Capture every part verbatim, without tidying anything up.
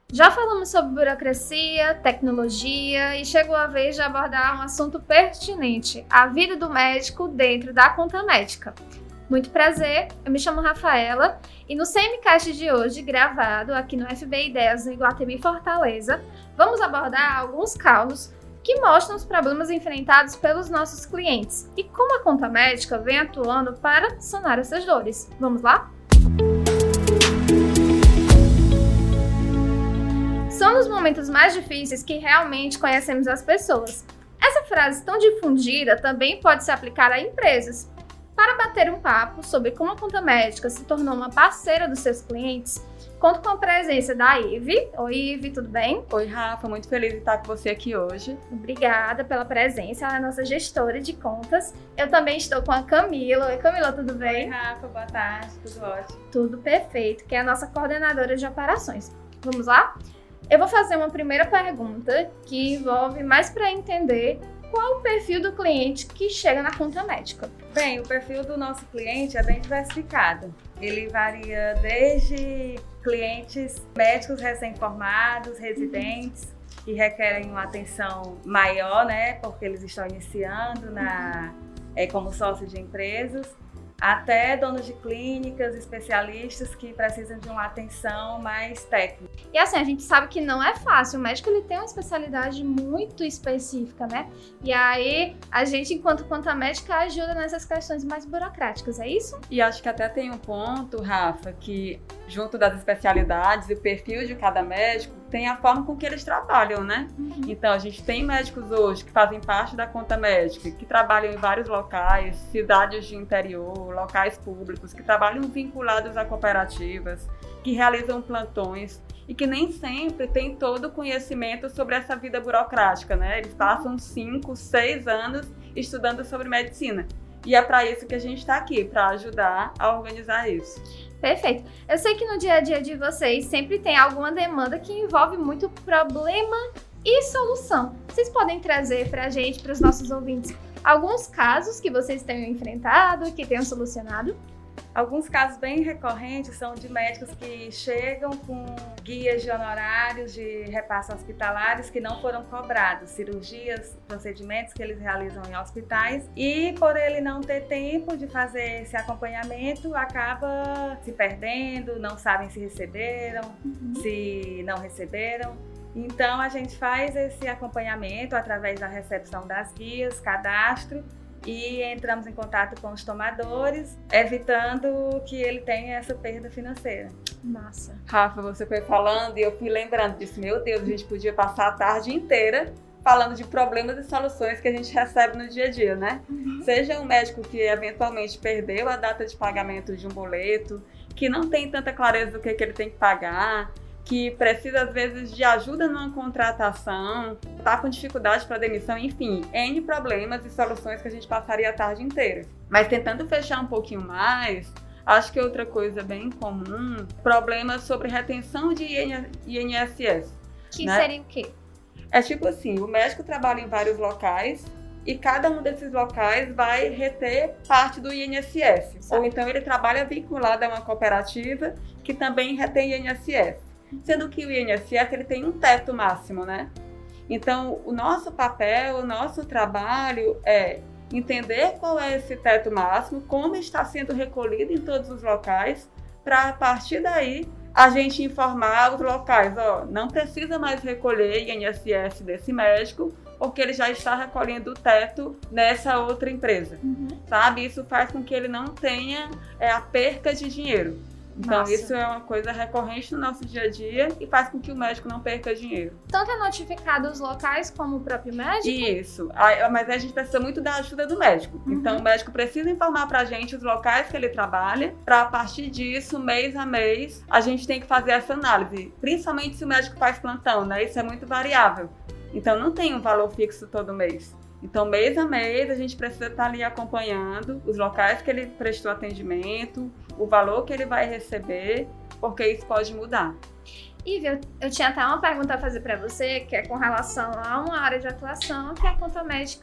Já falamos sobre burocracia, tecnologia e chegou a vez de abordar um assunto pertinente, a vida do médico dentro da conta médica. Muito prazer, eu me chamo Rafaela e no Semicast de hoje, gravado aqui no F B Ideias no Iguatemi Fortaleza, vamos abordar alguns causos que mostram os problemas enfrentados pelos nossos clientes e como a conta médica vem atuando para sanar essas dores. Vamos lá? São nos momentos mais difíceis que realmente conhecemos as pessoas. Essa frase tão difundida também pode se aplicar a empresas. Para bater um papo sobre como a conta médica se tornou uma parceira dos seus clientes, conto com a presença da Ive. Oi, Ive, tudo bem? Oi, Rafa, muito feliz de estar com você aqui hoje. Obrigada pela presença, ela é nossa gestora de contas. Eu também estou com a Camila. Oi, Camila, tudo bem? Oi, Rafa, boa tarde, tudo ótimo. Tudo perfeito, que é a nossa coordenadora de operações. Vamos lá? Eu vou fazer uma primeira pergunta que envolve mais para entender qual o perfil do cliente que chega na conta médica. Bem, o perfil do nosso cliente é bem diversificado. Ele varia desde clientes médicos recém-formados, residentes, que requerem uma atenção maior, né, porque eles estão iniciando na, é, como sócios de empresas, até donos de clínicas, especialistas que precisam de uma atenção mais técnica. E assim, a gente sabe que não é fácil, o médico ele tem uma especialidade muito específica, né? E aí, a gente, enquanto conta médica, ajuda nessas questões mais burocráticas, é isso? E acho que até tem um ponto, Rafa, que junto das especialidades e o perfil de cada médico, tem a forma com que eles trabalham, né? Uhum. Então, a gente tem médicos hoje que fazem parte da conta médica, que trabalham em vários locais, cidades de interior, locais públicos, que trabalham vinculados a cooperativas, que realizam plantões e que nem sempre têm todo o conhecimento sobre essa vida burocrática, né? Eles passam cinco, seis anos estudando sobre medicina. E é para isso que a gente está aqui, para ajudar a organizar isso. Perfeito. Eu sei que no dia a dia de vocês sempre tem alguma demanda que envolve muito problema e solução. Vocês podem trazer para a gente, para os nossos ouvintes, alguns casos que vocês tenham enfrentado, que tenham solucionado? Alguns casos bem recorrentes são de médicos que chegam com guias de honorários de repasse hospitalares que não foram cobrados, cirurgias, procedimentos que eles realizam em hospitais, e por ele não ter tempo de fazer esse acompanhamento, acaba se perdendo, não sabem se receberam, uhum. se não receberam. Então a gente faz esse acompanhamento através da recepção das guias, cadastro, e entramos em contato com os tomadores, evitando que ele tenha essa perda financeira. Massa. Rafa, você foi falando e eu fui lembrando disso. Meu Deus, a gente podia passar a tarde inteira falando de problemas e soluções que a gente recebe no dia a dia, né? Uhum. Seja um médico que eventualmente perdeu a data de pagamento de um boleto, que não tem tanta clareza do que, que ele tem que pagar, que precisa, às vezes, de ajuda numa contratação, está com dificuldade para demissão, enfim, N problemas e soluções que a gente passaria a tarde inteira. Mas tentando fechar um pouquinho mais, acho que outra coisa bem comum, problemas sobre retenção de I N S S. Que né? seria o quê? É tipo assim, o médico trabalha em vários locais e cada um desses locais vai reter parte do I N S S. Certo. Ou então ele trabalha vinculado a uma cooperativa que também retém I N S S. Sendo que o I N S S ele tem um teto máximo, né? Então, o nosso papel, o nosso trabalho é entender qual é esse teto máximo, como está sendo recolhido em todos os locais, para a partir daí a gente informar os locais, ó, não precisa mais recolher I N S S desse médico, porque ele já está recolhendo o teto nessa outra empresa, uhum. sabe? Isso faz com que ele não tenha é, a perca de dinheiro. Então, Nossa. Isso é uma coisa recorrente no nosso dia a dia e faz com que o médico não perca dinheiro. Tanto é notificado os locais como o próprio médico? Isso, mas a gente precisa muito da ajuda do médico. Uhum. Então, o médico precisa informar pra gente os locais que ele trabalha, para a partir disso, mês a mês, a gente tem que fazer essa análise. Principalmente se o médico faz plantão, né? Isso é muito variável. Então, não tem um valor fixo todo mês. Então, mês a mês, a gente precisa estar ali acompanhando os locais que ele prestou atendimento, o valor que ele vai receber, porque isso pode mudar. Ive, eu, eu tinha até uma pergunta a fazer para você, que é com relação a uma área de atuação que a conta médica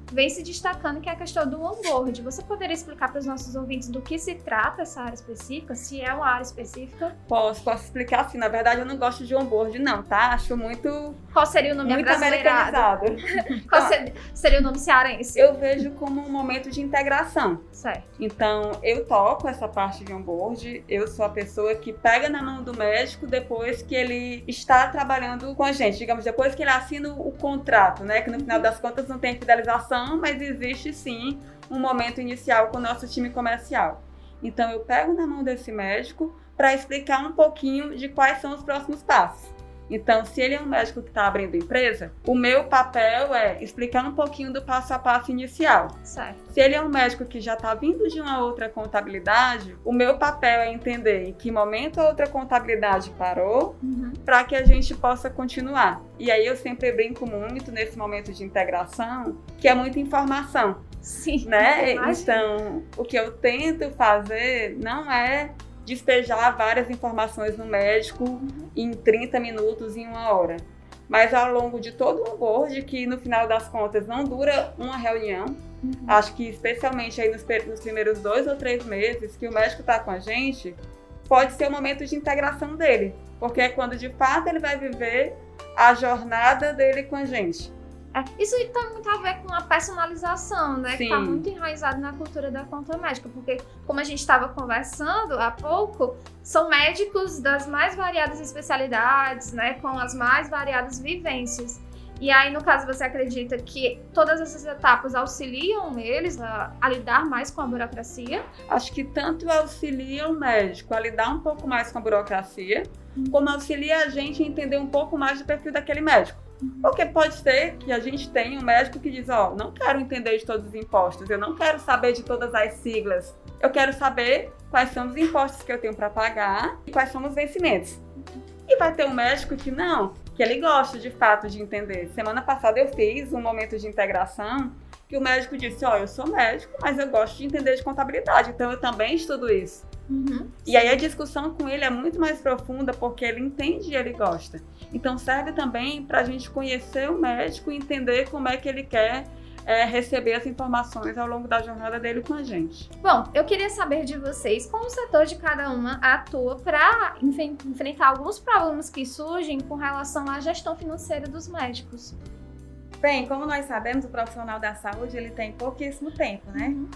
vem se destacando, que é a questão do onboard. Você poderia explicar para os nossos ouvintes do que se trata essa área específica? Se é uma área específica? Posso, posso explicar assim. Na verdade, eu não gosto de onboard, não, tá? Acho muito... Qual seria o nome muito americanizado? Qual seria, seria o nome cearense? Eu vejo como um momento de integração. Certo. Então, eu toco essa parte de onboard. Eu sou a pessoa que pega na mão do médico depois que ele está trabalhando com a gente. Digamos, depois que ele assina o contrato, né? Que no final das contas não tem fidelização, mas existe sim um momento inicial com o nosso time comercial. Então eu pego na mão desse médico para explicar um pouquinho de quais são os próximos passos. Então, se ele é um médico que está abrindo empresa, o meu papel é explicar um pouquinho do passo a passo inicial. Certo. Se ele é um médico que já está vindo de uma outra contabilidade, o meu papel é entender em que momento a outra contabilidade parou, uhum, para que a gente possa continuar. E aí eu sempre brinco muito nesse momento de integração, que é muita informação. Sim. Né? Então, o que eu tento fazer não é despejar várias informações no médico, uhum, em trinta minutos, em uma hora. Mas ao longo de todo o onboard, que no final das contas não dura uma reunião, uhum, acho que especialmente aí nos, nos primeiros dois ou três meses que o médico está com a gente, pode ser o momento de integração dele, porque é quando de fato ele vai viver a jornada dele com a gente. É, isso tem muito a ver com a personalização, né? Sim. Que está muito enraizado na cultura da conta médica, porque, como a gente estava conversando há pouco, são médicos das mais variadas especialidades, né? Com as mais variadas vivências. E aí, no caso, você acredita que todas essas etapas auxiliam eles a, a lidar mais com a burocracia? Acho que tanto auxilia o médico a lidar um pouco mais com a burocracia, hum, como auxilia a gente a entender um pouco mais do perfil daquele médico. Porque pode ser que a gente tenha um médico que diz, ó, oh, não quero entender de todos os impostos, eu não quero saber de todas as siglas, eu quero saber quais são os impostos que eu tenho para pagar e quais são os vencimentos. E vai ter um médico que não, que ele gosta de fato de entender. Semana passada eu fiz um momento de integração que o médico disse, ó, oh, eu sou médico, mas eu gosto de entender de contabilidade, então eu também estudo isso. Uhum. E aí a discussão com ele é muito mais profunda porque ele entende e ele gosta. Então serve também para a gente conhecer o médico e entender como é que ele quer é, receber as informações ao longo da jornada dele com a gente. Bom, eu queria saber de vocês como o setor de cada uma atua para enfrentar alguns problemas que surgem com relação à gestão financeira dos médicos. Bem, como nós sabemos, o profissional da saúde ele tem pouquíssimo tempo, né? Uhum.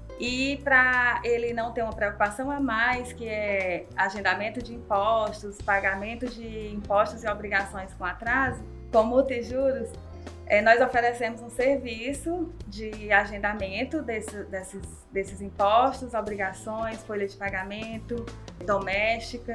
E para ele não ter uma preocupação a mais, que é agendamento de impostos, pagamento de impostos e obrigações com atraso, com multa e juros, é, nós oferecemos um serviço de agendamento desse, desses, desses impostos, obrigações, folha de pagamento, doméstica,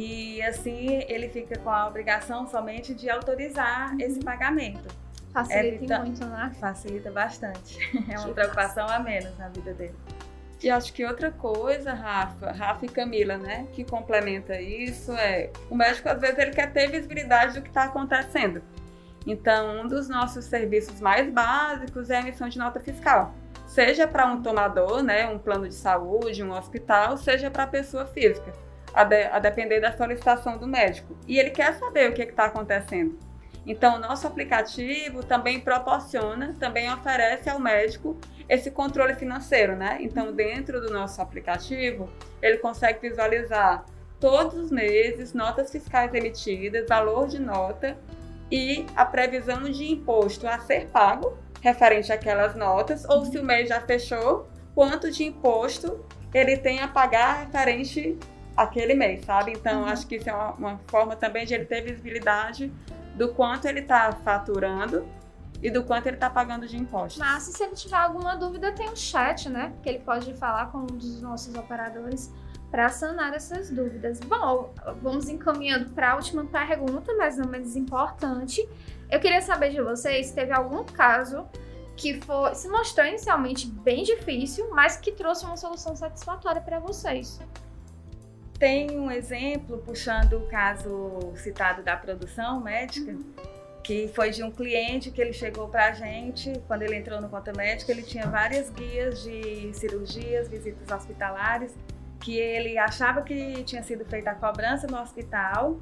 e assim ele fica com a obrigação somente de autorizar uhum. esse pagamento. Facilita Evita... muito, né? Facilita bastante. É uma preocupação a menos na vida dele. E acho que outra coisa, Rafa, Rafa e Camila, né, que complementa isso é o médico às vezes ele quer ter visibilidade do que está acontecendo. Então, um dos nossos serviços mais básicos é a emissão de nota fiscal. Seja para um tomador, né, um plano de saúde, um hospital, seja para a pessoa física, a, de, a depender da solicitação do médico. E ele quer saber o que está acontecendo. Então, o nosso aplicativo também proporciona, também oferece ao médico esse controle financeiro, né? Então, dentro do nosso aplicativo, ele consegue visualizar todos os meses notas fiscais emitidas, valor de nota e a previsão de imposto a ser pago referente àquelas notas, ou se o mês já fechou, quanto de imposto ele tem a pagar referente àquele mês, sabe? Então, uhum. acho que isso é uma, uma forma também de ele ter visibilidade do quanto ele está faturando e do quanto ele está pagando de impostos. Mas se ele tiver alguma dúvida, tem um chat, né? Que ele pode falar com um dos nossos operadores para sanar essas dúvidas. Bom, vamos encaminhando para a última pergunta, mas não menos importante. Eu queria saber de vocês se teve algum caso que foi, se mostrou inicialmente bem difícil, mas que trouxe uma solução satisfatória para vocês. Tem um exemplo, puxando o caso citado da produção médica, uhum. que foi de um cliente que ele chegou para a gente, quando ele entrou no Conta Médica, ele tinha várias guias de cirurgias, visitas hospitalares, que ele achava que tinha sido feita a cobrança no hospital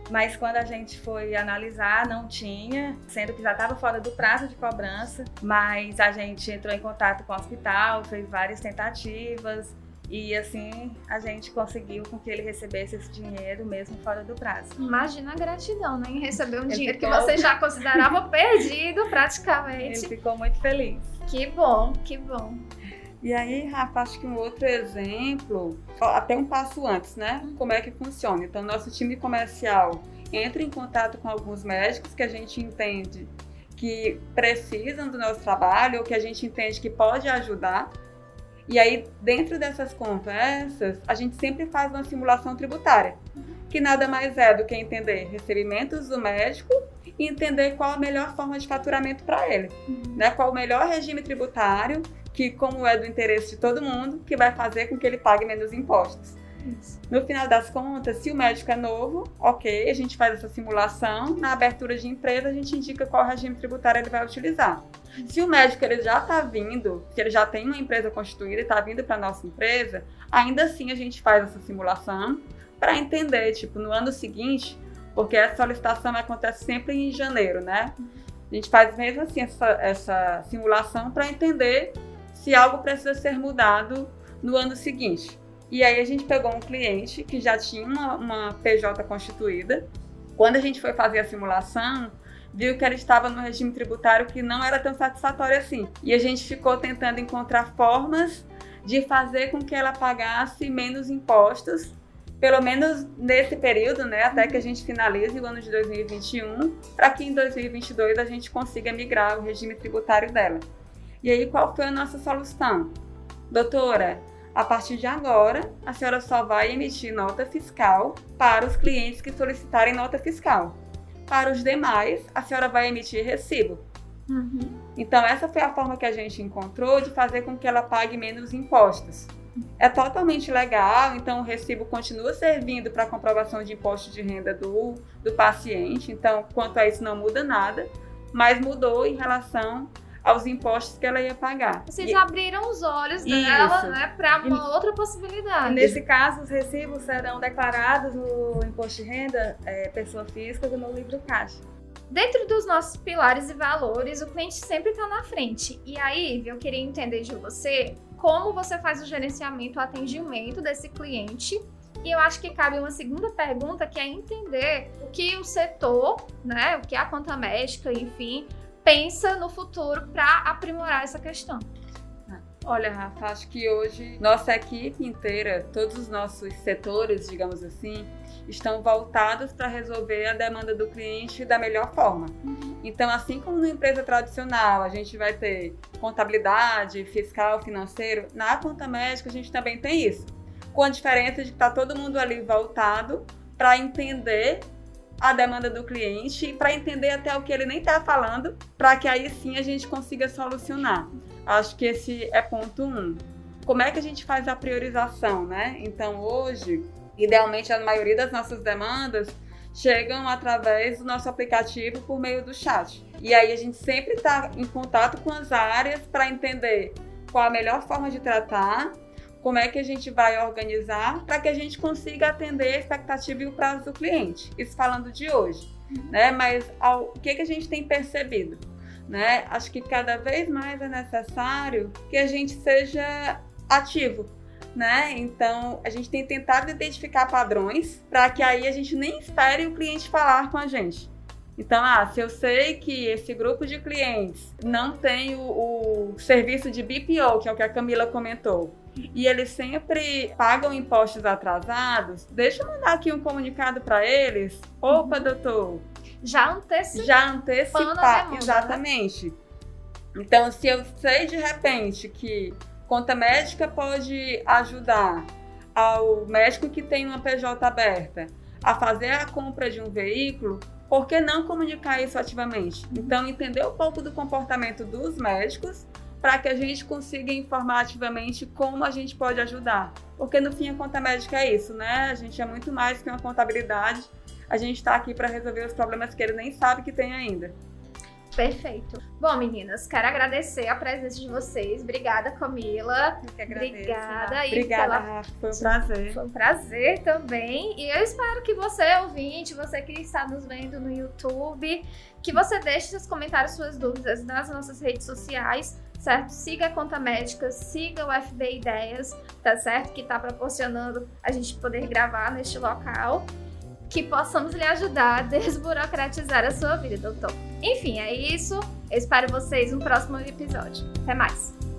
mas quando a gente foi analisar, não tinha, sendo que já estava fora do prazo de cobrança, mas a gente entrou em contato com o hospital, fez várias tentativas, e assim a gente conseguiu com que ele recebesse esse dinheiro mesmo fora do prazo. Imagina a gratidão, né? Em receber um Ele dinheiro ficou... que você já considerava perdido praticamente. Ele ficou muito feliz. Que bom, que bom. E aí, Rafa, acho que um outro exemplo, até um passo antes, né? Como é que funciona? Então, nosso time comercial entra em contato com alguns médicos que a gente entende que precisam do nosso trabalho ou que a gente entende que pode ajudar. E aí, dentro dessas conversas, a gente sempre faz uma simulação tributária, que nada mais é do que entender recebimentos do médico e entender qual a melhor forma de faturamento para ele, uhum. né? Qual o melhor regime tributário, que como é do interesse de todo mundo, que vai fazer com que ele pague menos impostos. Isso. No final das contas, se o médico é novo, ok, a gente faz essa simulação, na abertura de empresa a gente indica qual regime tributário ele vai utilizar. Se o médico ele já está vindo, se ele já tem uma empresa constituída e está vindo para a nossa empresa, ainda assim a gente faz essa simulação para entender, tipo, no ano seguinte, porque essa solicitação acontece sempre em janeiro, né? A gente faz mesmo assim essa, essa simulação para entender se algo precisa ser mudado no ano seguinte. E aí a gente pegou um cliente que já tinha uma, uma P J constituída. Quando a gente foi fazer a simulação, viu que ela estava no regime tributário que não era tão satisfatório assim. E a gente ficou tentando encontrar formas de fazer com que ela pagasse menos impostos, pelo menos nesse período, né, até que a gente finalize o ano de dois mil e vinte e um, para que em dois mil e vinte e dois a gente consiga migrar o regime tributário dela. E aí, qual foi a nossa solução? Doutora, a partir de agora, a senhora só vai emitir nota fiscal para os clientes que solicitarem nota fiscal. Para os demais, a senhora vai emitir recibo. Uhum. Então, essa foi a forma que a gente encontrou de fazer com que ela pague menos impostos. É totalmente legal, então o recibo continua servindo para a comprovação de imposto de renda do, do paciente. Então, quanto a isso, não muda nada, mas mudou em relação aos impostos que ela ia pagar. Vocês e... abriram os olhos dela, né, para uma e... outra possibilidade. E nesse caso, os recibos serão declarados no imposto de renda, é, pessoa física, no livro caixa. Dentro dos nossos pilares e valores, o cliente sempre está na frente. E aí, eu queria entender de você como você faz o gerenciamento, o atendimento desse cliente. E eu acho que cabe uma segunda pergunta, que é entender o que o setor, né, o que a conta médica, enfim, pensa no futuro para aprimorar essa questão. Olha, Rafa, acho que hoje nossa equipe inteira, todos os nossos setores, digamos assim, estão voltados para resolver a demanda do cliente da melhor forma. Uhum. Então, assim como na empresa tradicional, a gente vai ter contabilidade, fiscal, financeiro, na conta médica a gente também tem isso. Com a diferença de que está todo mundo ali voltado para entender a demanda do cliente e para entender até o que ele nem está falando, para que aí sim a gente consiga solucionar. Acho que esse é ponto um. Como é que a gente faz a priorização, né? Então, hoje, idealmente, a maioria das nossas demandas chegam através do nosso aplicativo por meio do chat. E aí a gente sempre está em contato com as áreas para entender qual a melhor forma de tratar, como é que a gente vai organizar para que a gente consiga atender a expectativa e o prazo do cliente. Isso falando de hoje, uhum. né? Mas ao, o que, que a gente tem percebido? Né? Acho que cada vez mais é necessário que a gente seja ativo, né? Então, a gente tem tentado identificar padrões para que aí a gente nem espere o cliente falar com a gente. Então, ah, se eu sei que esse grupo de clientes não tem o, o serviço de B P O, que é o que a Camila comentou, e eles sempre pagam impostos atrasados, deixa eu mandar aqui um comunicado para eles. Opa, doutor, já antecipar. Já antecipar, exatamente. Né? Então, se eu sei de repente que conta médica pode ajudar ao médico que tem uma P J aberta a fazer a compra de um veículo, por que não comunicar isso ativamente? Então, entender um pouco do comportamento dos médicos para que a gente consiga informar ativamente como a gente pode ajudar. Porque, no fim, a conta médica é isso, né? A gente é muito mais que uma contabilidade. A gente está aqui para resolver os problemas que ele nem sabe que tem ainda. Perfeito. Bom, meninas, quero agradecer a presença de vocês. Obrigada, Camila. Eu que agradeço. Obrigada. E Obrigada, pela... Rafa. Foi um prazer. Foi um prazer também. E eu espero que você, ouvinte, você que está nos vendo no YouTube, que você deixe seus comentários, suas dúvidas nas nossas redes sociais, certo? Siga a Conta Médica, siga o F B Ideias, tá certo? Que está proporcionando a gente poder gravar neste local. Que possamos lhe ajudar a desburocratizar a sua vida, doutor. Enfim, é isso. Eu espero vocês no próximo episódio. Até mais!